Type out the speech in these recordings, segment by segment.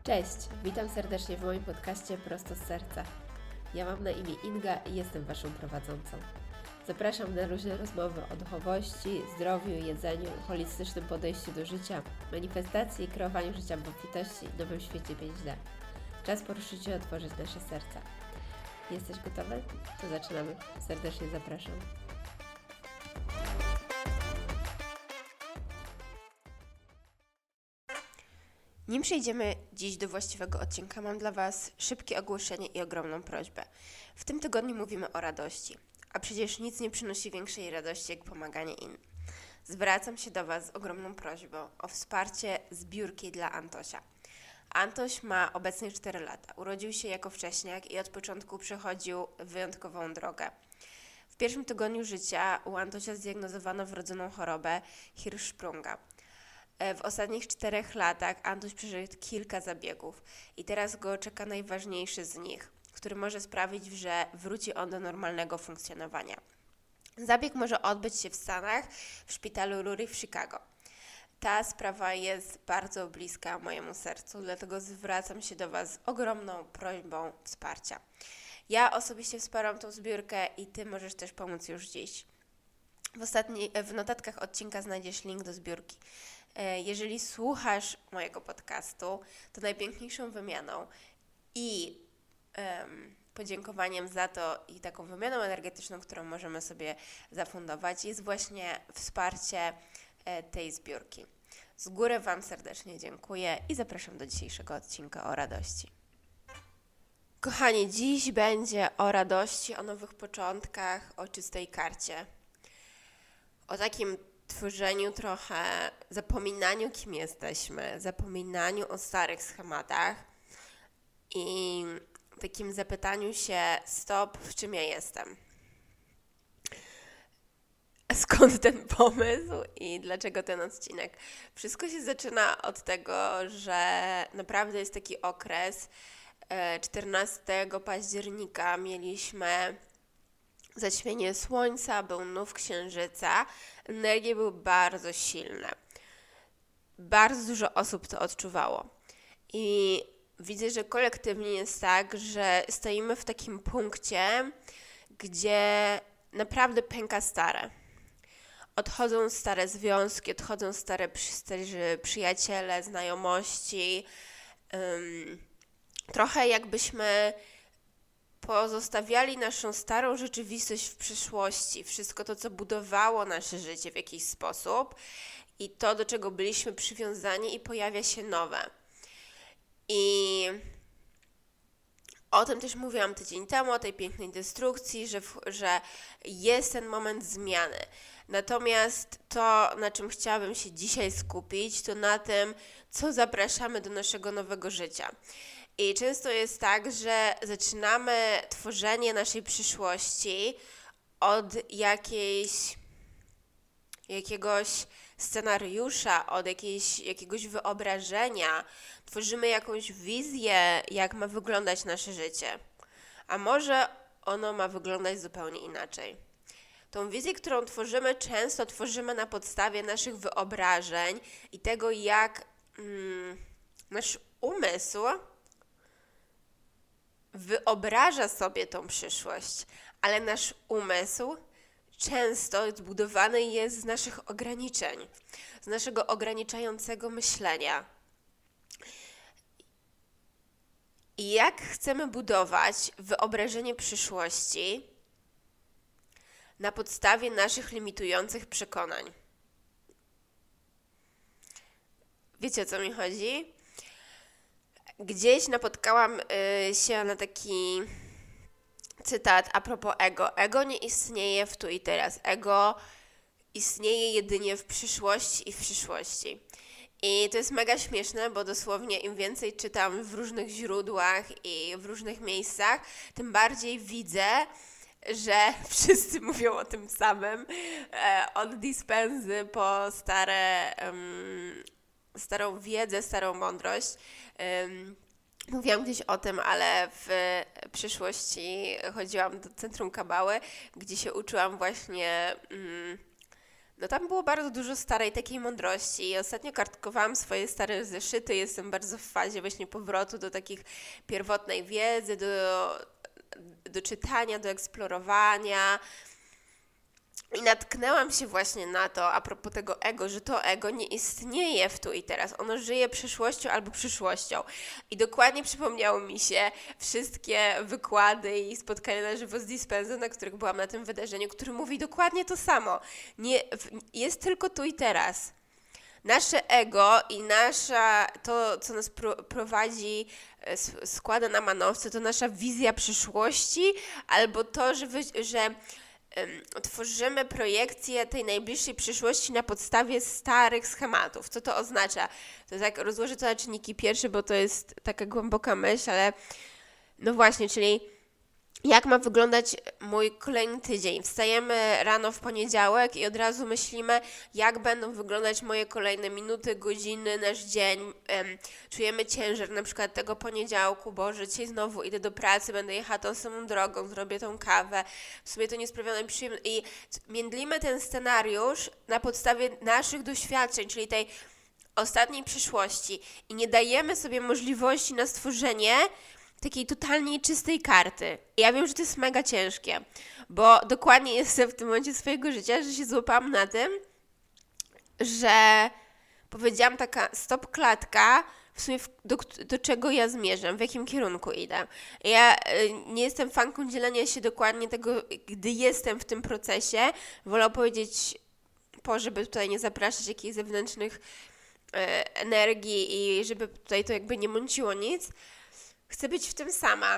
Cześć, witam serdecznie w moim podcaście Prosto z Serca. Ja mam na imię Inga i jestem Waszą prowadzącą. Zapraszam na luźne rozmowy o duchowości, zdrowiu, jedzeniu, holistycznym podejściu do życia, manifestacji i kreowaniu życia w obfitości i nowym świecie 5D. Czas poruszyć i otworzyć nasze serca. Jesteś gotowy? To zaczynamy. Serdecznie zapraszam. Nim przejdziemy dziś do właściwego odcinka, mam dla Was szybkie ogłoszenie i ogromną prośbę. W tym tygodniu mówimy o radości, a przecież nic nie przynosi większej radości jak pomaganie innym. Zwracam się do Was z ogromną prośbą o wsparcie zbiórki dla Antosia. Antoś ma obecnie 4 lata. Urodził się jako wcześniak i od początku przechodził wyjątkową drogę. W pierwszym tygodniu życia u Antosia zdiagnozowano wrodzoną chorobę Hirschsprunga. W ostatnich 4 latach Antoś przeszedł kilka zabiegów i teraz go czeka najważniejszy z nich, który może sprawić, że wróci on do normalnego funkcjonowania. Zabieg może odbyć się w Stanach, w szpitalu Lurie w Chicago. Ta sprawa jest bardzo bliska mojemu sercu, dlatego zwracam się do Was z ogromną prośbą wsparcia. Ja osobiście wspieram tą zbiórkę i Ty możesz też pomóc już dziś. W notatkach odcinka znajdziesz link do zbiórki. Jeżeli słuchasz mojego podcastu, to najpiękniejszą wymianą i podziękowaniem za to i taką wymianą energetyczną, którą możemy sobie zafundować, jest właśnie wsparcie tej zbiórki. Z góry Wam serdecznie dziękuję i zapraszam do dzisiejszego odcinka o radości. Kochani, dziś będzie o radości, o nowych początkach, o czystej karcie. O takim tworzeniu trochę, zapominaniu kim jesteśmy, zapominaniu o starych schematach i takim zapytaniu się stop, w czym ja jestem. Skąd ten pomysł i dlaczego ten odcinek? Wszystko się zaczyna od tego, że naprawdę jest taki okres, 14 października mieliśmy zaćmienie słońca, był nów księżyca, energie były bardzo silne. Bardzo dużo osób to odczuwało. I widzę, że kolektywnie jest tak, że stoimy w takim punkcie, gdzie naprawdę pęka stare. Odchodzą stare związki, odchodzą starzy przyjaciele, znajomości. Trochę jakbyśmy pozostawiali naszą starą rzeczywistość w przyszłości, wszystko to, co budowało nasze życie w jakiś sposób i to, do czego byliśmy przywiązani i pojawia się nowe. I o tym też mówiłam tydzień temu, o tej pięknej destrukcji, że jest ten moment zmiany. Natomiast to, na czym chciałabym się dzisiaj skupić, to na tym, co zapraszamy do naszego nowego życia. I często jest tak, że zaczynamy tworzenie naszej przyszłości od jakiegoś scenariusza, od jakiegoś wyobrażenia. Tworzymy jakąś wizję, jak ma wyglądać nasze życie. A może ono ma wyglądać zupełnie inaczej. Tą wizję, którą tworzymy, często tworzymy na podstawie naszych wyobrażeń i tego, jak nasz umysł wyobraża sobie tą przyszłość, ale nasz umysł często zbudowany jest z naszych ograniczeń, z naszego ograniczającego myślenia. I jak chcemy budować wyobrażenie przyszłości na podstawie naszych limitujących przekonań? Wiecie, o co mi chodzi? Gdzieś napotkałam się na taki cytat a propos ego. Ego nie istnieje w tu i teraz. Ego istnieje jedynie w przyszłości i w przyszłości. I to jest mega śmieszne, bo dosłownie im więcej czytam w różnych źródłach i w różnych miejscach, tym bardziej widzę, że wszyscy mówią o tym samym. Od Dispensy po starą wiedzę, starą mądrość. Mówiłam gdzieś o tym, ale w przyszłości chodziłam do Centrum Kabały, gdzie się uczyłam właśnie No tam było bardzo dużo starej takiej mądrości i ostatnio kartkowałam swoje stare zeszyty, jestem bardzo w fazie właśnie powrotu do takich pierwotnej wiedzy, do czytania, do eksplorowania. I natknęłam się właśnie na to, a propos tego ego, że to ego nie istnieje w tu i teraz. Ono żyje przeszłością albo przyszłością. I dokładnie przypomniało mi się wszystkie wykłady i spotkania na żywo z Dispensą, na których byłam na tym wydarzeniu, który mówi dokładnie to samo. Jest tylko tu i teraz. Nasze ego i to, co nas prowadzi, składa na manowce, to nasza wizja przyszłości, albo to, że tworzymy projekcję tej najbliższej przyszłości na podstawie starych schematów. Co to oznacza? To tak rozłożę to na czynniki pierwsze, bo to jest taka głęboka myśl, ale no właśnie, czyli jak ma wyglądać mój kolejny tydzień? Wstajemy rano w poniedziałek i od razu myślimy, jak będą wyglądać moje kolejne minuty, godziny, nasz dzień. Czujemy ciężar na przykład tego poniedziałku, Boże, dzisiaj znowu idę do pracy, będę jechała tą samą drogą, zrobię tą kawę. W sumie to nie sprawia nam przyjemności. I międlimy ten scenariusz na podstawie naszych doświadczeń, czyli tej ostatniej przyszłości i nie dajemy sobie możliwości na stworzenie takiej totalnie czystej karty. Ja wiem, że to jest mega ciężkie, bo dokładnie jestem w tym momencie swojego życia, że się złapałam na tym, że powiedziałam taka stop klatka, w sumie do czego ja zmierzam, w jakim kierunku idę. Ja nie jestem fanką dzielenia się dokładnie tego, gdy jestem w tym procesie. Wolę powiedzieć, żeby tutaj nie zapraszać jakichś zewnętrznych energii i żeby tutaj to jakby nie mąciło nic. Chcę być w tym sama.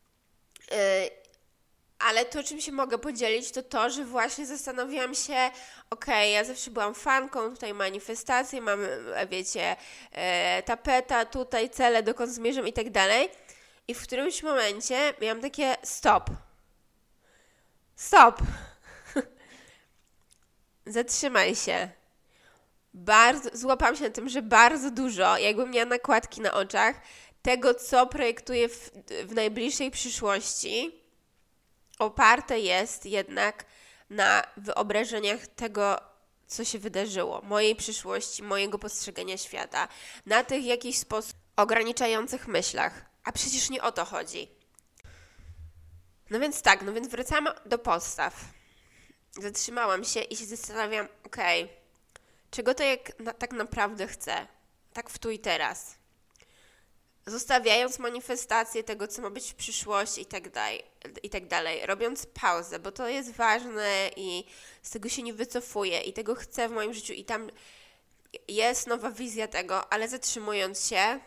Ale to, czym się mogę podzielić, to, że właśnie zastanawiałam się, ja zawsze byłam fanką, tutaj manifestacje, mam, wiecie, tapeta, tutaj cele, dokąd zmierzam i tak dalej. I w którymś momencie miałam takie stop. Zatrzymaj się. Złapałam się na tym, że bardzo dużo, jakbym miała nakładki na oczach, tego, co projektuję w najbliższej przyszłości, oparte jest jednak na wyobrażeniach tego, co się wydarzyło, mojej przyszłości, mojego postrzegania świata, na tych jakiś sposób ograniczających myślach. A przecież nie o to chodzi. No więc wracamy do podstaw. Zatrzymałam się i się zastanawiam, czego to tak naprawdę chcę? Tak w tu i teraz. Zostawiając manifestację tego, co ma być w przyszłości i tak dalej, robiąc pauzę, bo to jest ważne i z tego się nie wycofuję i tego chcę w moim życiu i tam jest nowa wizja tego, ale zatrzymując się,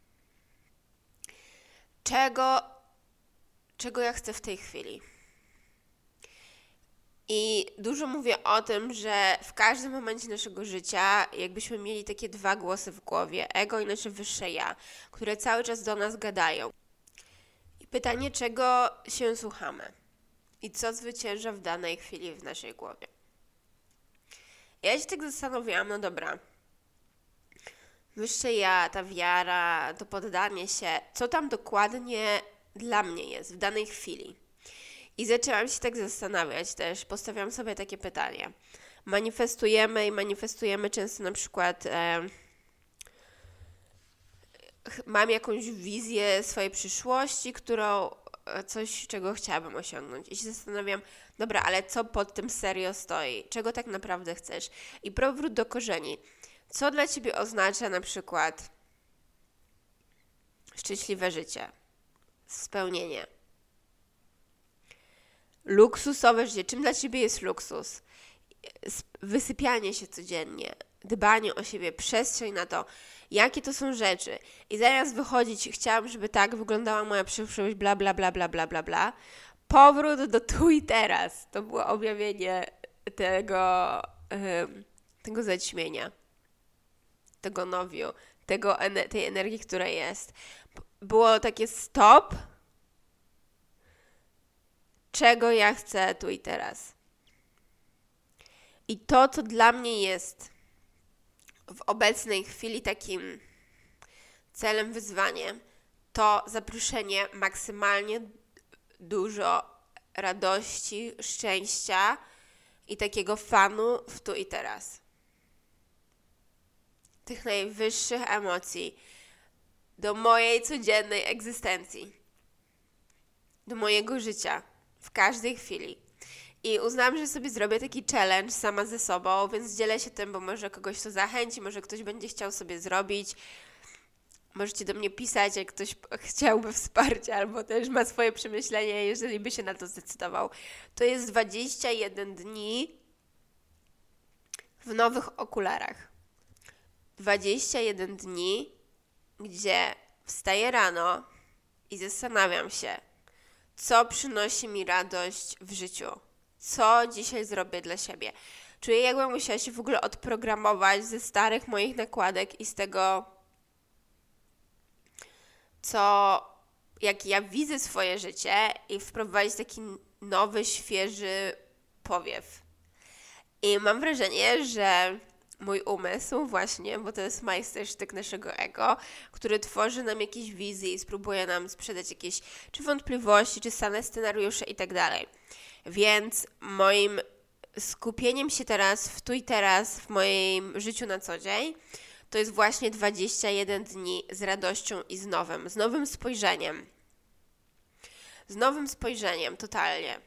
czego ja chcę w tej chwili. I dużo mówię o tym, że w każdym momencie naszego życia jakbyśmy mieli takie dwa głosy w głowie, ego i nasze wyższe ja, które cały czas do nas gadają. I pytanie, czego się słuchamy i co zwycięża w danej chwili w naszej głowie. Ja się tak zastanawiałam, no dobra, wyższe ja, ta wiara, to poddanie się, co tam dokładnie dla mnie jest w danej chwili. I zaczęłam się tak zastanawiać też, postawiam sobie takie pytanie. Manifestujemy często na przykład mam jakąś wizję swojej przyszłości, coś, czego chciałabym osiągnąć. I się zastanawiam, dobra, ale co pod tym serio stoi? Czego tak naprawdę chcesz? I powrót do korzeni. Co dla Ciebie oznacza na przykład szczęśliwe życie, spełnienie? Luksusowe życie. Czym dla Ciebie jest luksus? Wysypianie się codziennie, dbanie o siebie, przestrzeń na to, jakie to są rzeczy. I zamiast wychodzić, chciałam, żeby tak wyglądała moja przyszłość, bla, bla, bla, bla, bla, bla, bla. Powrót do tu i teraz. To było objawienie tego zaćmienia, tego nowiu, tej energii, która jest. Było takie stop, czego ja chcę tu i teraz. I to, co dla mnie jest w obecnej chwili takim celem, wyzwaniem, to zaproszenie maksymalnie dużo radości, szczęścia i takiego fanu w tu i teraz. Tych najwyższych emocji do mojej codziennej egzystencji, do mojego życia, w każdej chwili. I uznałam, że sobie zrobię taki challenge sama ze sobą, więc dzielę się tym, bo może kogoś to zachęci, może ktoś będzie chciał sobie zrobić. Możecie do mnie pisać, jak ktoś chciałby wsparcia, albo też ma swoje przemyślenia, jeżeli by się na to zdecydował. To jest 21 dni w nowych okularach. 21 dni, gdzie wstaję rano i zastanawiam się, co przynosi mi radość w życiu. Co dzisiaj zrobię dla siebie. Czuję, jakbym musiała się w ogóle odprogramować ze starych moich nakładek i z tego, jak ja widzę swoje życie i wprowadzić taki nowy, świeży powiew. I mam wrażenie, że mój umysł właśnie, bo to jest majstersztyk naszego ego, który tworzy nam jakieś wizje i spróbuje nam sprzedać jakieś czy wątpliwości, czy same scenariusze i tak dalej. Więc moim skupieniem się teraz, w tu i teraz, w moim życiu na co dzień, to jest właśnie 21 dni z radością i z nowym spojrzeniem. Z nowym spojrzeniem, totalnie.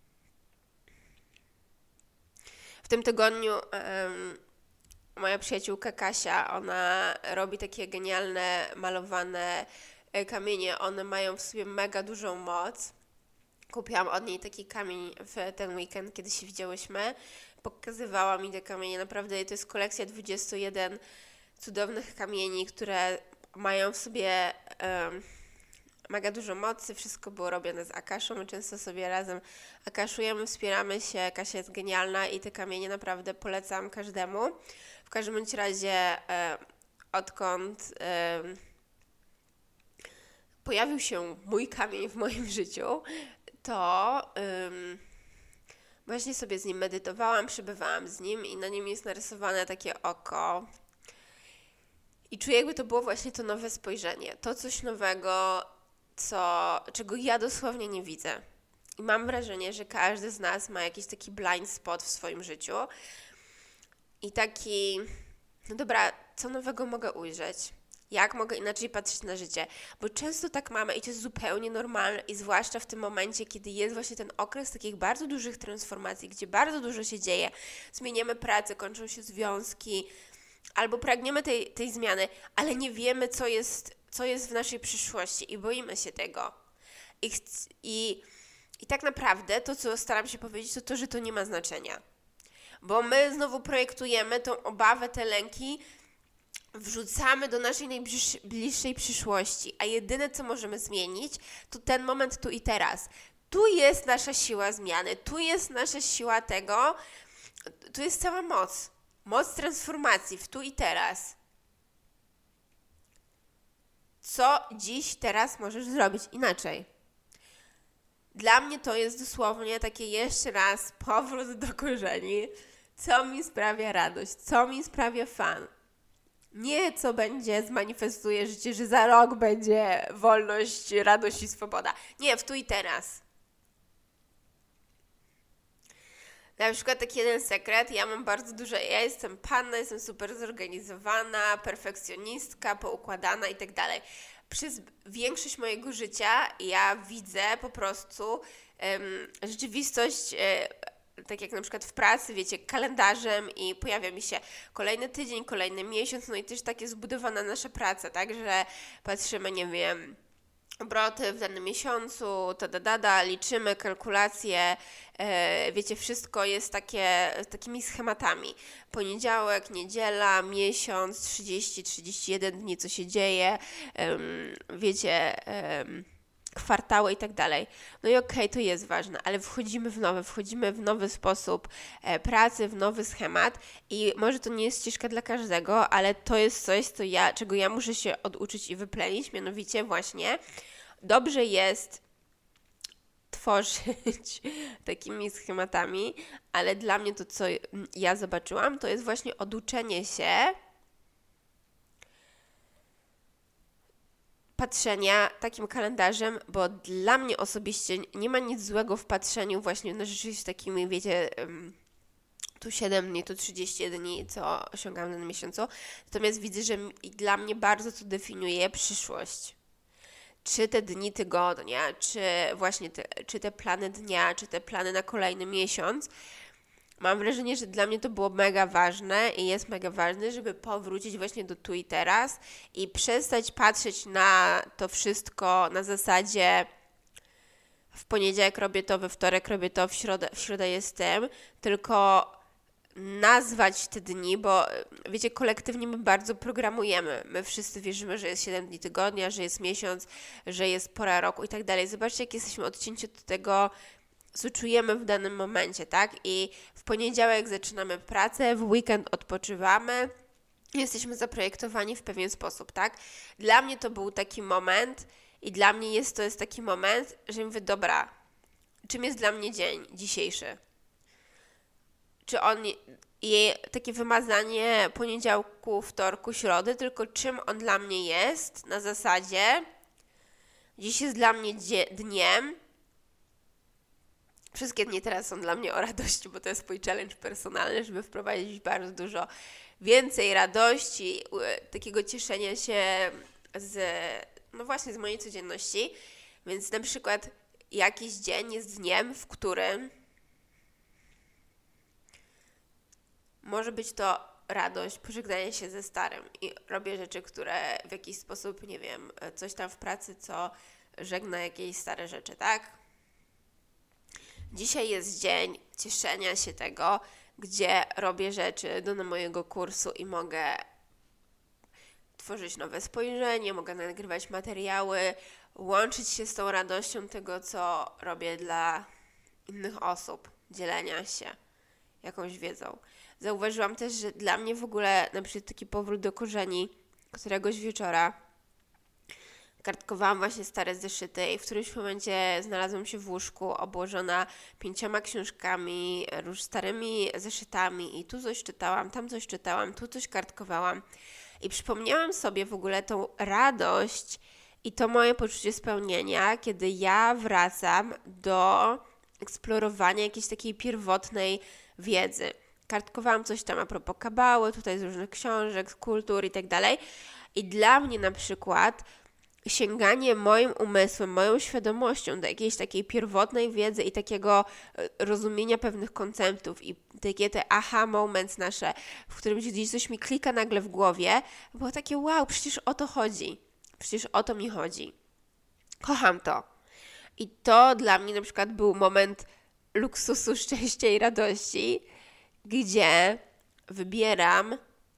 W tym tygodniu moja przyjaciółka Kasia, ona robi takie genialne, malowane kamienie. One mają w sobie mega dużą moc. Kupiłam od niej taki kamień w ten weekend, kiedy się widziałyśmy. Pokazywała mi te kamienie. Naprawdę to jest kolekcja 21 cudownych kamieni, które mają w sobie mega dużo mocy. Wszystko było robione z Akaszą. My często sobie razem akaszujemy, wspieramy się. Kasia jest genialna i te kamienie naprawdę polecam każdemu. W każdym bądź razie odkąd pojawił się mój kamień w moim życiu, to właśnie sobie z nim medytowałam, przebywałam z nim i na nim jest narysowane takie oko. I czuję, jakby to było właśnie to nowe spojrzenie. To coś nowego, czego ja dosłownie nie widzę. I mam wrażenie, że każdy z nas ma jakiś taki blind spot w swoim życiu. I taki, no dobra, co nowego mogę ujrzeć? Jak mogę inaczej patrzeć na życie? Bo często tak mamy i to jest zupełnie normalne i zwłaszcza w tym momencie, kiedy jest właśnie ten okres takich bardzo dużych transformacji, gdzie bardzo dużo się dzieje. Zmieniamy pracę, kończą się związki, albo pragniemy tej zmiany, ale nie wiemy, co jest w naszej przyszłości i boimy się tego. I tak naprawdę to, co staram się powiedzieć, to, że to nie ma znaczenia. Bo my znowu projektujemy tą obawę, te lęki, wrzucamy do naszej najbliższej przyszłości, a jedyne, co możemy zmienić, to ten moment tu i teraz. Tu jest nasza siła zmiany, tu jest nasza siła tego, tu jest cała moc. Moc transformacji w tu i teraz. Co dziś, teraz możesz zrobić inaczej? Dla mnie to jest dosłownie takie jeszcze raz powrót do korzeni, co mi sprawia radość, co mi sprawia fan. Nie co zmanifestuje życie, że za rok będzie wolność, radość i swoboda. Nie, w tu i teraz. Na przykład taki jeden sekret, ja jestem panna, jestem super zorganizowana, perfekcjonistka, poukładana i tak dalej. Przez większość mojego życia ja widzę po prostu rzeczywistość, tak jak na przykład w pracy, wiecie, kalendarzem i pojawia mi się kolejny tydzień, kolejny miesiąc, no i też tak jest zbudowana nasza praca, tak, że patrzymy, nie wiem, obroty w danym miesiącu, liczymy kalkulacje, wiecie, wszystko jest takimi schematami. Poniedziałek, niedziela, miesiąc, 30-31 dni, co się dzieje, wiecie, kwartały i tak dalej. No i okej, to jest ważne, ale wchodzimy w nowy sposób pracy, w nowy schemat i może to nie jest ścieżka dla każdego, ale to jest coś, czego ja muszę się oduczyć i wyplenić, mianowicie właśnie dobrze jest tworzyć takimi schematami, ale dla mnie to, co ja zobaczyłam, to jest właśnie oduczenie się patrzenia takim kalendarzem, bo dla mnie osobiście nie ma nic złego w patrzeniu właśnie na rzeczywistość takimi, wiecie, tu 7 dni, tu 30 dni, co osiągam w danym miesiącu. Natomiast widzę, że dla mnie bardzo to definiuje przyszłość. Czy te dni tygodnia, czy właśnie czy te plany dnia, czy te plany na kolejny miesiąc. Mam wrażenie, że dla mnie to było mega ważne i jest mega ważne, żeby powrócić właśnie do tu i teraz i przestać patrzeć na to wszystko na zasadzie w poniedziałek robię to, we wtorek robię to, w środę jestem, tylko nazwać te dni, bo wiecie, kolektywnie my bardzo programujemy. My wszyscy wierzymy, że jest 7 dni tygodnia, że jest miesiąc, że jest pora roku i tak dalej. Zobaczcie, jak jesteśmy odcięci od tego, co czujemy w danym momencie, tak? I w poniedziałek zaczynamy pracę, w weekend odpoczywamy, jesteśmy zaprojektowani w pewien sposób, tak? Dla mnie to był taki moment i dla mnie to jest taki moment, że mówię, dobra, czym jest dla mnie dzień dzisiejszy? Czy on takie wymazanie poniedziałku, wtorku, środy, tylko czym on dla mnie jest na zasadzie dziś jest dla mnie dniem. Wszystkie dni teraz są dla mnie o radości, bo to jest mój challenge personalny, żeby wprowadzić bardzo dużo więcej radości, takiego cieszenia się z mojej codzienności. Więc na przykład jakiś dzień jest dniem, w którym może być to radość, pożegnanie się ze starym i robię rzeczy, które w jakiś sposób, nie wiem, coś tam w pracy, co żegna jakieś stare rzeczy, tak? Dzisiaj jest dzień cieszenia się tego, gdzie robię rzeczy do mojego kursu i mogę tworzyć nowe spojrzenie, mogę nagrywać materiały, łączyć się z tą radością tego, co robię dla innych osób, dzielenia się jakąś wiedzą. Zauważyłam też, że dla mnie w ogóle na przykład taki powrót do korzeni któregoś wieczora kartkowałam właśnie stare zeszyty i w którymś momencie znalazłam się w łóżku obłożona 5 książkami, starymi zeszytami i tu coś czytałam, tam coś czytałam, tu coś kartkowałam i przypomniałam sobie w ogóle tą radość i to moje poczucie spełnienia, kiedy ja wracam do eksplorowania jakiejś takiej pierwotnej wiedzy. Kartkowałam coś tam a propos kabały, tutaj z różnych książek, kultur i tak dalej. I dla mnie na przykład sięganie moim umysłem, moją świadomością do jakiejś takiej pierwotnej wiedzy i takiego rozumienia pewnych konceptów i takie te aha moments nasze, w którym gdzieś coś mi klika nagle w głowie, było takie wow, przecież o to chodzi. Przecież o to mi chodzi. Kocham to. I to dla mnie na przykład był moment luksusu, szczęścia i radości, gdzie wybieram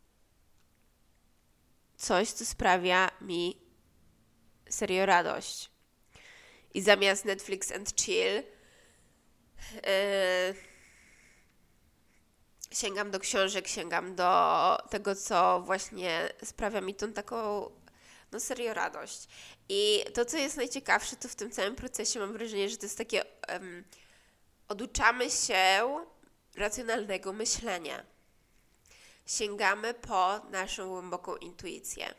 coś, co sprawia mi serio radość. I zamiast Netflix and chill sięgam do książek, sięgam do tego, co właśnie sprawia mi tą taką serio radość. I to, co jest najciekawsze, to w tym całym procesie mam wrażenie, że to jest takie oduczamy się racjonalnego myślenia. Sięgamy po naszą głęboką intuicję.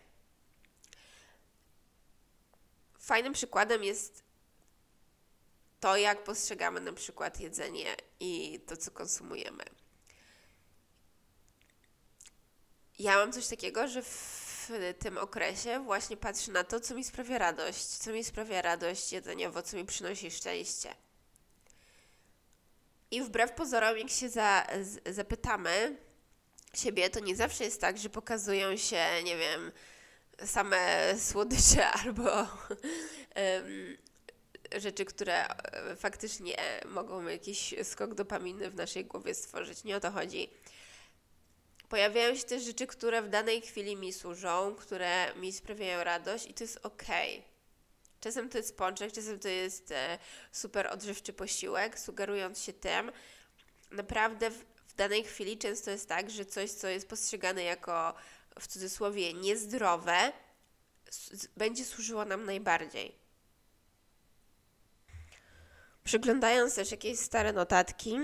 Fajnym przykładem jest to, jak postrzegamy na przykład jedzenie i to, co konsumujemy. Ja mam coś takiego, że w tym okresie właśnie patrzę na to, co mi sprawia radość jedzeniowo, co mi przynosi szczęście. I wbrew pozorom, jak się zapytamy siebie, to nie zawsze jest tak, że pokazują się, nie wiem, same słodycze albo rzeczy, które faktycznie mogą jakiś skok dopaminy w naszej głowie stworzyć. Nie o to chodzi. Pojawiają się też rzeczy, które w danej chwili mi służą, które mi sprawiają radość i to jest okej. Czasem to jest pączek, czasem to jest super odżywczy posiłek, sugerując się tym. Naprawdę w danej chwili często jest tak, że coś, co jest postrzegane jako w cudzysłowie niezdrowe, będzie służyło nam najbardziej. Przyglądając też jakieś stare notatki,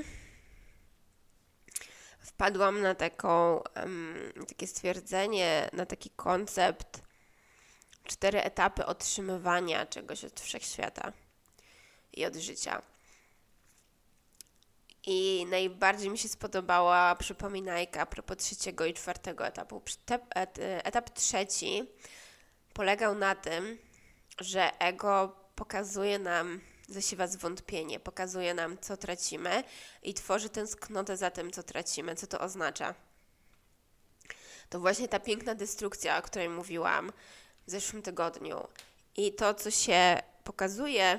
wpadłam na takie stwierdzenie, na taki koncept 4 etapy otrzymywania czegoś od wszechświata i od życia. I najbardziej mi się spodobała przypominajka a propos 3. i 4. etapu. Etap 3 polegał na tym, że ego pokazuje nam, zasiewa zwątpienie, pokazuje nam, co tracimy i tworzy tęsknotę za tym, co tracimy. Co to oznacza? To właśnie ta piękna destrukcja, o której mówiłam w zeszłym tygodniu. I to, co się pokazuje,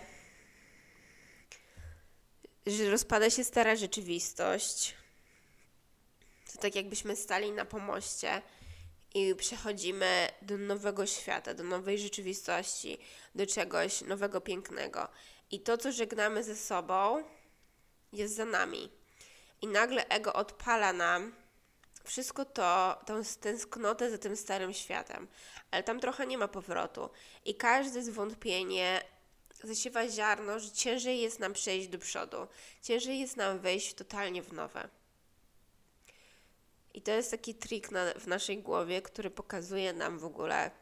że rozpada się stara rzeczywistość. To tak jakbyśmy stali na pomoście i przechodzimy do nowego świata, do nowej rzeczywistości, do czegoś nowego, pięknego. I to, co żegnamy ze sobą, jest za nami. I nagle ego odpala nam wszystko to, tą tęsknotę za tym starym światem. Ale tam trochę nie ma powrotu. I każde zwątpienie zasiewa ziarno, że ciężej jest nam przejść do przodu. Ciężej jest nam wejść totalnie w nowe. I to jest taki trik w naszej głowie, który pokazuje nam w ogóle,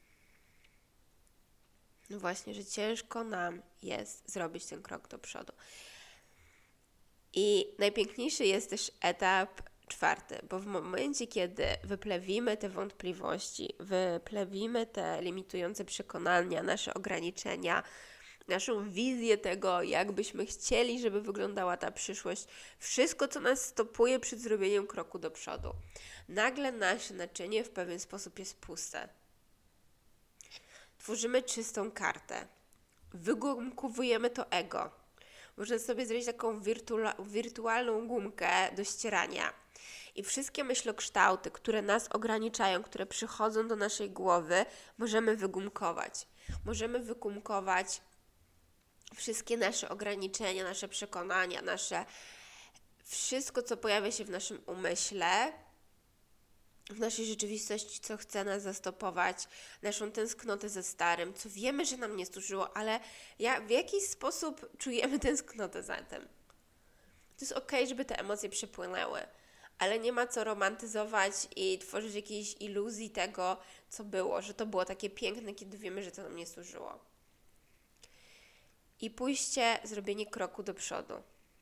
no właśnie, że ciężko nam jest zrobić ten krok do przodu. I najpiękniejszy jest też etap 4, bo w momencie, kiedy wyplewimy te wątpliwości, wyplewimy te limitujące przekonania, nasze ograniczenia, naszą wizję tego, jak byśmy chcieli, żeby wyglądała ta przyszłość, wszystko, co nas stopuje przed zrobieniem kroku do przodu. Nagle nasze naczynie w pewien sposób jest puste. Tworzymy czystą kartę. Wygumkowujemy to ego. Można sobie zrobić taką wirtualną gumkę do ścierania. I wszystkie myślokształty, które nas ograniczają, które przychodzą do naszej głowy, możemy wygumkować. Możemy wygumkować wszystkie nasze ograniczenia, nasze przekonania, wszystko, co pojawia się w naszym umyśle, w naszej rzeczywistości, co chce nas zastopować, naszą tęsknotę za starym, co wiemy, że nam nie służyło, ale w jakiś sposób czujemy tęsknotę za tym. To jest okej, żeby te emocje przepłynęły, ale nie ma co romantyzować i tworzyć jakiejś iluzji tego, co było, że to było takie piękne, kiedy wiemy, że to nam nie służyło. I zrobienie kroku do przodu.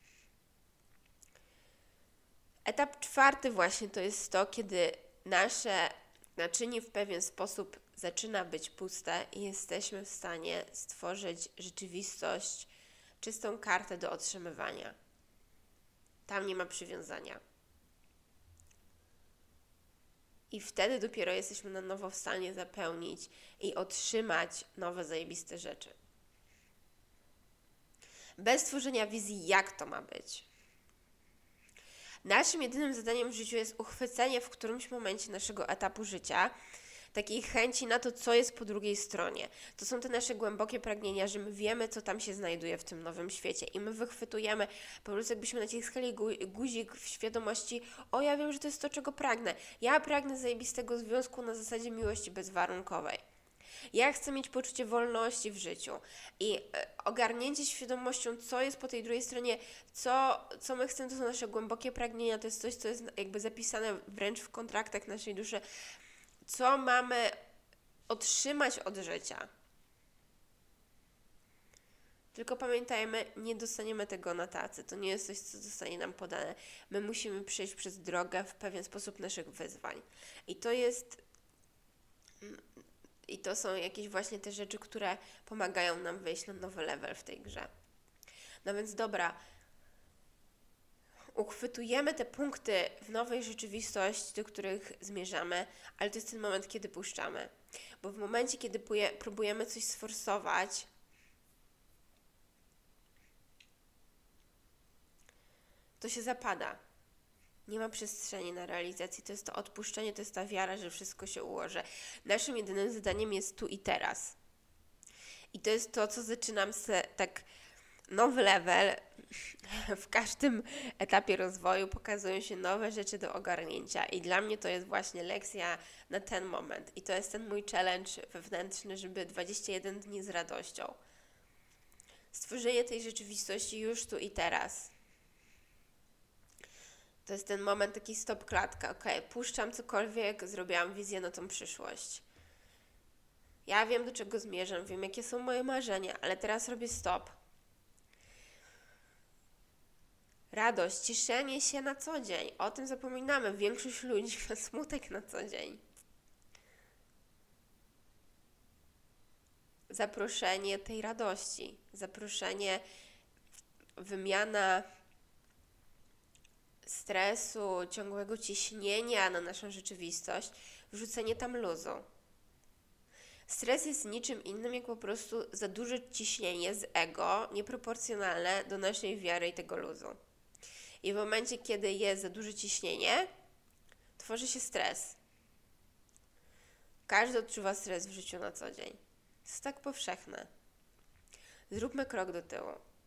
Etap 4 właśnie to jest to, kiedy nasze naczynie w pewien sposób zaczyna być puste i jesteśmy w stanie stworzyć rzeczywistość, czystą kartę do otrzymywania. Tam nie ma przywiązania. I wtedy dopiero jesteśmy na nowo w stanie zapełnić i otrzymać nowe, zajebiste rzeczy. Bez tworzenia wizji, jak to ma być. Naszym jedynym zadaniem w życiu jest uchwycenie w którymś momencie naszego etapu życia takiej chęci na to, co jest po drugiej stronie. To są te nasze głębokie pragnienia, że my wiemy, co tam się znajduje w tym nowym świecie i my wychwytujemy, po prostu jakbyśmy naciskali guzik w świadomości, ja wiem, że to jest to, czego pragnę. Ja pragnę zajebistego związku na zasadzie miłości bezwarunkowej. Ja chcę mieć poczucie wolności w życiu i ogarnięcie świadomością, co jest po tej drugiej stronie, co my chcemy, to są nasze głębokie pragnienia, to jest coś, co jest jakby zapisane wręcz w kontraktach naszej duszy, co mamy otrzymać od życia. Tylko pamiętajmy, nie dostaniemy tego na tacy, to nie jest coś, co zostanie nam podane. My musimy przejść przez drogę w pewien sposób naszych wyzwań. I to są jakieś właśnie te rzeczy, które pomagają nam wejść na nowy level w tej grze. No więc dobra, uchwytujemy te punkty w nowej rzeczywistości, do których zmierzamy, ale to jest ten moment, kiedy puszczamy. Bo w momencie, kiedy próbujemy coś sforsować, to się zapada. Nie ma przestrzeni na realizację. To jest to odpuszczenie, to jest ta wiara, że wszystko się ułoży. Naszym jedynym zadaniem jest tu i teraz. I to jest to, co zaczynam tak nowy level. W każdym etapie rozwoju pokazują się nowe rzeczy do ogarnięcia i dla mnie to jest właśnie lekcja na ten moment. I to jest ten mój challenge wewnętrzny, żeby 21 dni z radością. Stworzenie tej rzeczywistości już tu i teraz. To jest ten moment, taki stop klatka. Puszczam cokolwiek, zrobiłam wizję na tą przyszłość. Ja wiem, do czego zmierzam, wiem, jakie są moje marzenia, ale teraz robię stop. Radość, cieszenie się na co dzień. O tym zapominamy. Większość ludzi ma smutek na co dzień. Zaproszenie tej radości. Zaproszenie, wymiana stresu, ciągłego ciśnienia na naszą rzeczywistość, wrzucenie tam luzu. Stres jest niczym innym jak po prostu za duże ciśnienie z ego, nieproporcjonalne do naszej wiary i tego luzu. I w momencie, kiedy jest za duże ciśnienie, tworzy się stres. Każdy odczuwa stres w życiu na co dzień. To jest tak powszechne. Zróbmy krok do tyłu.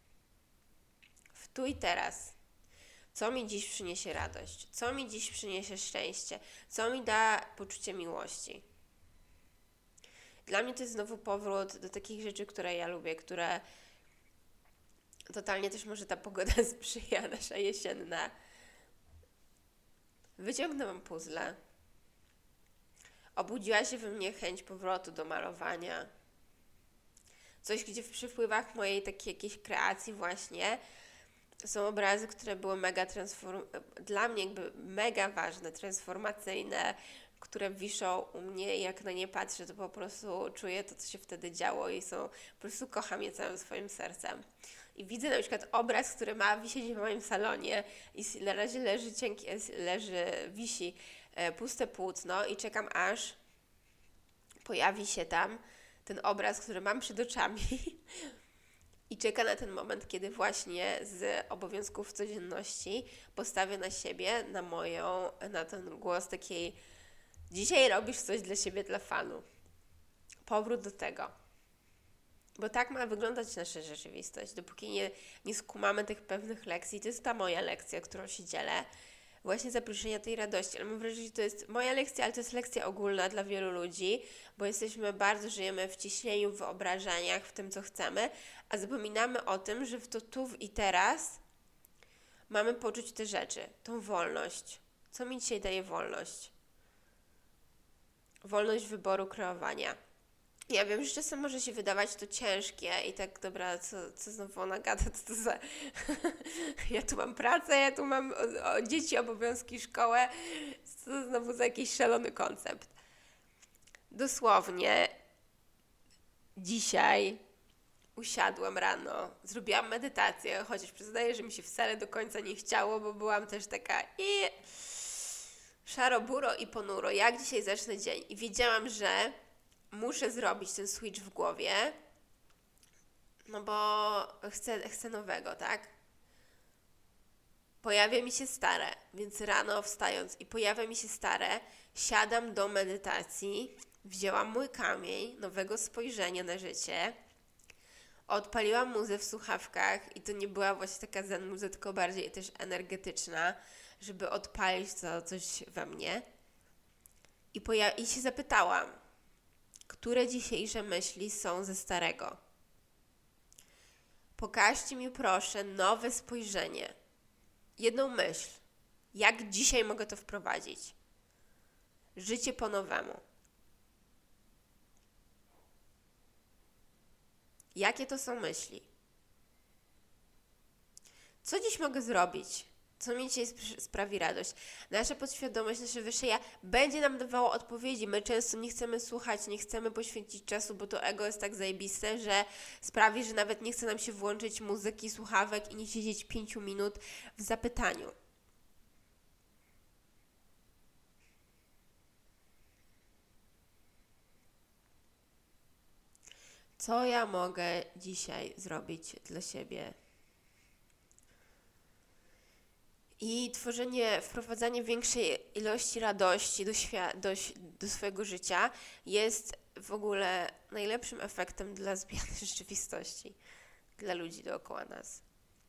W tu i teraz. Co mi dziś przyniesie radość? Co mi dziś przyniesie szczęście? Co mi da poczucie miłości? Dla mnie to jest znowu powrót do takich rzeczy, które ja lubię, które totalnie też może ta pogoda sprzyja, nasza jesienna. Wyciągnęłam puzzle. Obudziła się we mnie chęć powrotu do malowania. Coś, gdzie przy wpływach mojej takiej jakiejś kreacji właśnie są obrazy, które były dla mnie jakby mega ważne, transformacyjne, które wiszą u mnie i jak na nie patrzę, to po prostu czuję to, co się wtedy działo i po prostu kocham je całym swoim sercem. I widzę na przykład obraz, który ma wisieć w moim salonie i na razie wisi puste płótno i czekam aż pojawi się tam ten obraz, który mam przed oczami i czeka na ten moment, kiedy właśnie z obowiązków codzienności postawię na siebie, na ten głos takiej dzisiaj robisz coś dla siebie, dla fanu. Powrót do tego. Bo tak ma wyglądać nasza rzeczywistość. Dopóki nie skumamy tych pewnych lekcji, to jest ta moja lekcja, którą się dzielę, właśnie zaproszenia tej radości. Ale mam wrażenie, że to jest moja lekcja, ale to jest lekcja ogólna dla wielu ludzi, bo żyjemy w ciśnieniu, w wyobrażeniach, w tym, co chcemy, a zapominamy o tym, że w to tu i teraz mamy poczuć te rzeczy, tą wolność. Co mi dzisiaj daje wolność? Wolność wyboru, kreowania. Ja wiem, że czasem może się wydawać to ciężkie i tak, dobra, co znowu ona gada, co to za... ja tu mam pracę, ja tu mam dzieci, obowiązki, szkołę, co to znowu za jakiś szalony koncept. Dosłownie dzisiaj usiadłam rano, zrobiłam medytację, chociaż przyznaję, że mi się wcale do końca nie chciało, bo byłam też taka szaro-buro i ponuro, jak dzisiaj zacznę dzień. I wiedziałam, że muszę zrobić ten switch w głowie, no bo chcę nowego, tak? Pojawia mi się stare, więc rano wstając i pojawia mi się stare, siadam do medytacji, wzięłam mój kamień, nowego spojrzenia na życie, odpaliłam muzę w słuchawkach i to nie była właśnie taka zen muza, tylko bardziej też energetyczna, żeby odpalić coś we mnie. I się zapytałam, które dzisiejsze myśli są ze starego. Pokażcie mi proszę nowe spojrzenie. Jedną myśl. Jak dzisiaj mogę to wprowadzić? Życie po nowemu. Jakie to są myśli? Co dziś mogę zrobić? Co mi dzisiaj sprawi radość? Nasza podświadomość, nasze wyższe ja będzie nam dawało odpowiedzi. My często nie chcemy słuchać, nie chcemy poświęcić czasu, bo to ego jest tak zajebiste, że sprawi, że nawet nie chce nam się włączyć muzyki, słuchawek i nie siedzieć 5 minut w zapytaniu. Co ja mogę dzisiaj zrobić dla siebie? I wprowadzanie większej ilości radości do swojego życia jest w ogóle najlepszym efektem dla zmiany rzeczywistości, dla ludzi dookoła nas.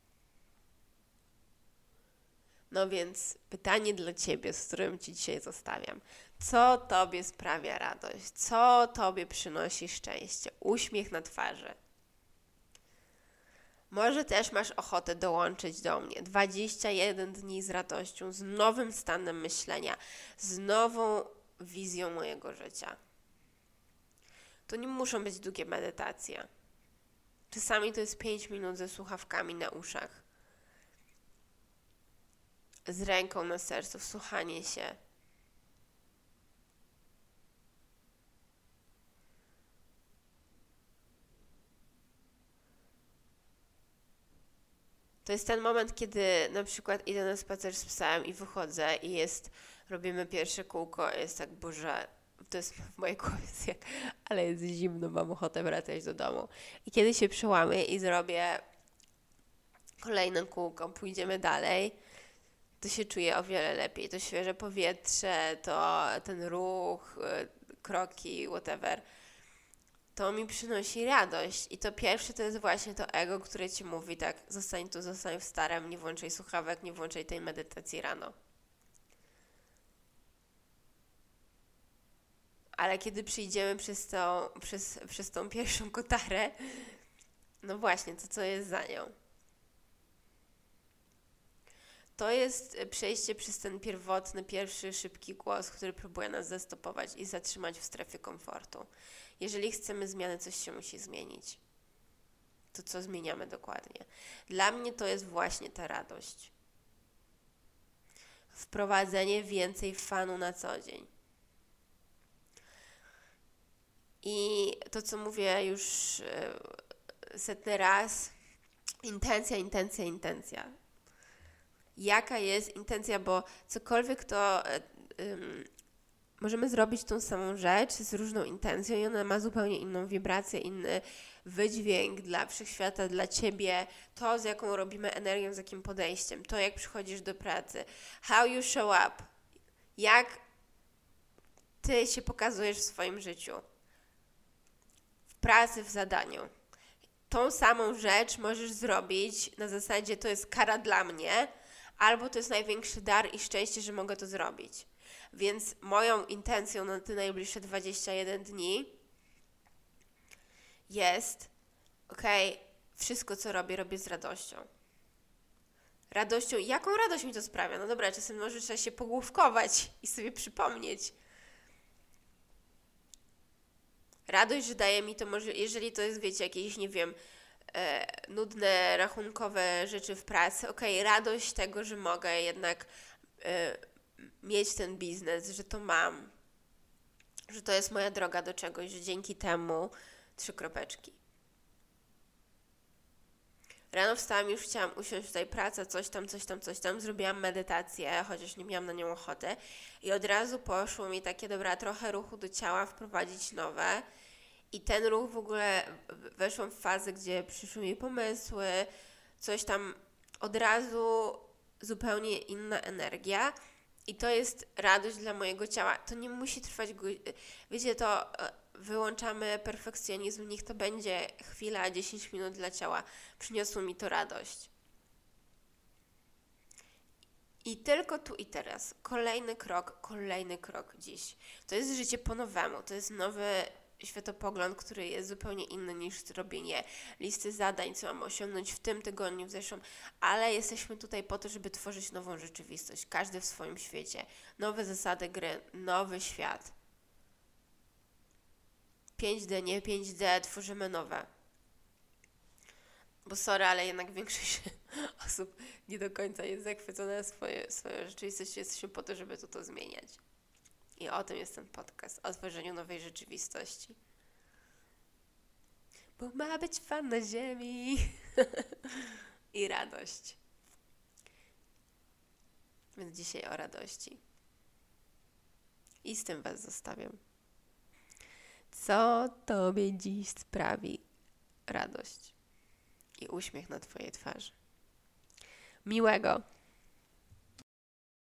No więc pytanie dla Ciebie, z którym Ci dzisiaj zostawiam. Co Tobie sprawia radość? Co Tobie przynosi szczęście? Uśmiech na twarzy. Może też masz ochotę dołączyć do mnie. 21 dni z radością, z nowym stanem myślenia, z nową wizją mojego życia. To nie muszą być długie medytacje. Czasami to jest 5 minut ze słuchawkami na uszach. z ręką na sercu, wsłuchanie się. To jest ten moment, kiedy na przykład idę na spacer z psem i wychodzę i robimy pierwsze kółko i jest tak, Boże, to jest w mojej głowie, ale jest zimno, mam ochotę wracać do domu. I kiedy się przełamię i zrobię kolejne kółko, pójdziemy dalej, to się czuję o wiele lepiej. To świeże powietrze, to ten ruch, kroki, whatever. To mi przynosi radość. I to pierwsze to jest właśnie to ego, które ci mówi tak, zostań tu, zostań w starym, nie włączaj słuchawek, nie włączaj tej medytacji rano. Ale kiedy przyjdziemy przez tą pierwszą kotarę, no właśnie, to co jest za nią? To jest przejście przez ten pierwotny, pierwszy, szybki głos, który próbuje nas zastopować i zatrzymać w strefie komfortu. Jeżeli chcemy zmiany, coś się musi zmienić. To co zmieniamy dokładnie? Dla mnie to jest właśnie ta radość. Wprowadzenie więcej fanu na co dzień. I to, co mówię już setny raz, intencja. Jaka jest intencja, bo cokolwiek to możemy zrobić tą samą rzecz z różną intencją i ona ma zupełnie inną wibrację, inny wydźwięk dla wszechświata, dla Ciebie, to z jaką robimy energią, z jakim podejściem, to jak przychodzisz do pracy, how you show up, jak Ty się pokazujesz w swoim życiu, w pracy, w zadaniu. Tą samą rzecz możesz zrobić na zasadzie to jest kara dla mnie, albo to jest największy dar i szczęście, że mogę to zrobić. Więc moją intencją na te najbliższe 21 dni jest, wszystko co robię z radością. Radością, jaką radość mi to sprawia? No dobra, czasem może trzeba się pogłówkować i sobie przypomnieć. Radość, że daje mi to może, jeżeli to jest, wiecie, jakieś, nie wiem, nudne, rachunkowe rzeczy w pracy, radość tego, że mogę jednak mieć ten biznes, że to mam, że to jest moja droga do czegoś, że dzięki temu 3 kropeczki. Rano wstałam, już chciałam usiąść tutaj praca, coś tam, zrobiłam medytację, chociaż nie miałam na nią ochoty i od razu poszło mi takie, dobra, trochę ruchu do ciała, wprowadzić nowe i ten ruch w ogóle weszłam w fazę, gdzie przyszły mi pomysły, coś tam od razu zupełnie inna energia i to jest radość dla mojego ciała. To nie musi trwać, wiecie, to wyłączamy perfekcjonizm, niech to będzie chwila, 10 minut dla ciała. Przyniosło mi to radość. I tylko tu i teraz. Kolejny krok dziś. To jest życie po nowemu. To jest nowy światopogląd, który jest zupełnie inny niż robienie listy zadań, co mamy osiągnąć w tym tygodniu, w zeszłym, ale jesteśmy tutaj po to, żeby tworzyć nową rzeczywistość. Każdy w swoim świecie. Nowe zasady gry, nowy świat. 5D, nie 5D, tworzymy nowe. Bo sorry, ale jednak większość osób nie do końca jest zachwycona swoją rzeczywistością. Jesteśmy po to, żeby to zmieniać. I o tym jest ten podcast, o tworzeniu nowej rzeczywistości. Bo ma być fan na ziemi i radość. Więc dzisiaj o radości. I z tym Was zostawiam. Co Tobie dziś sprawi radość i uśmiech na Twojej twarzy? Miłego!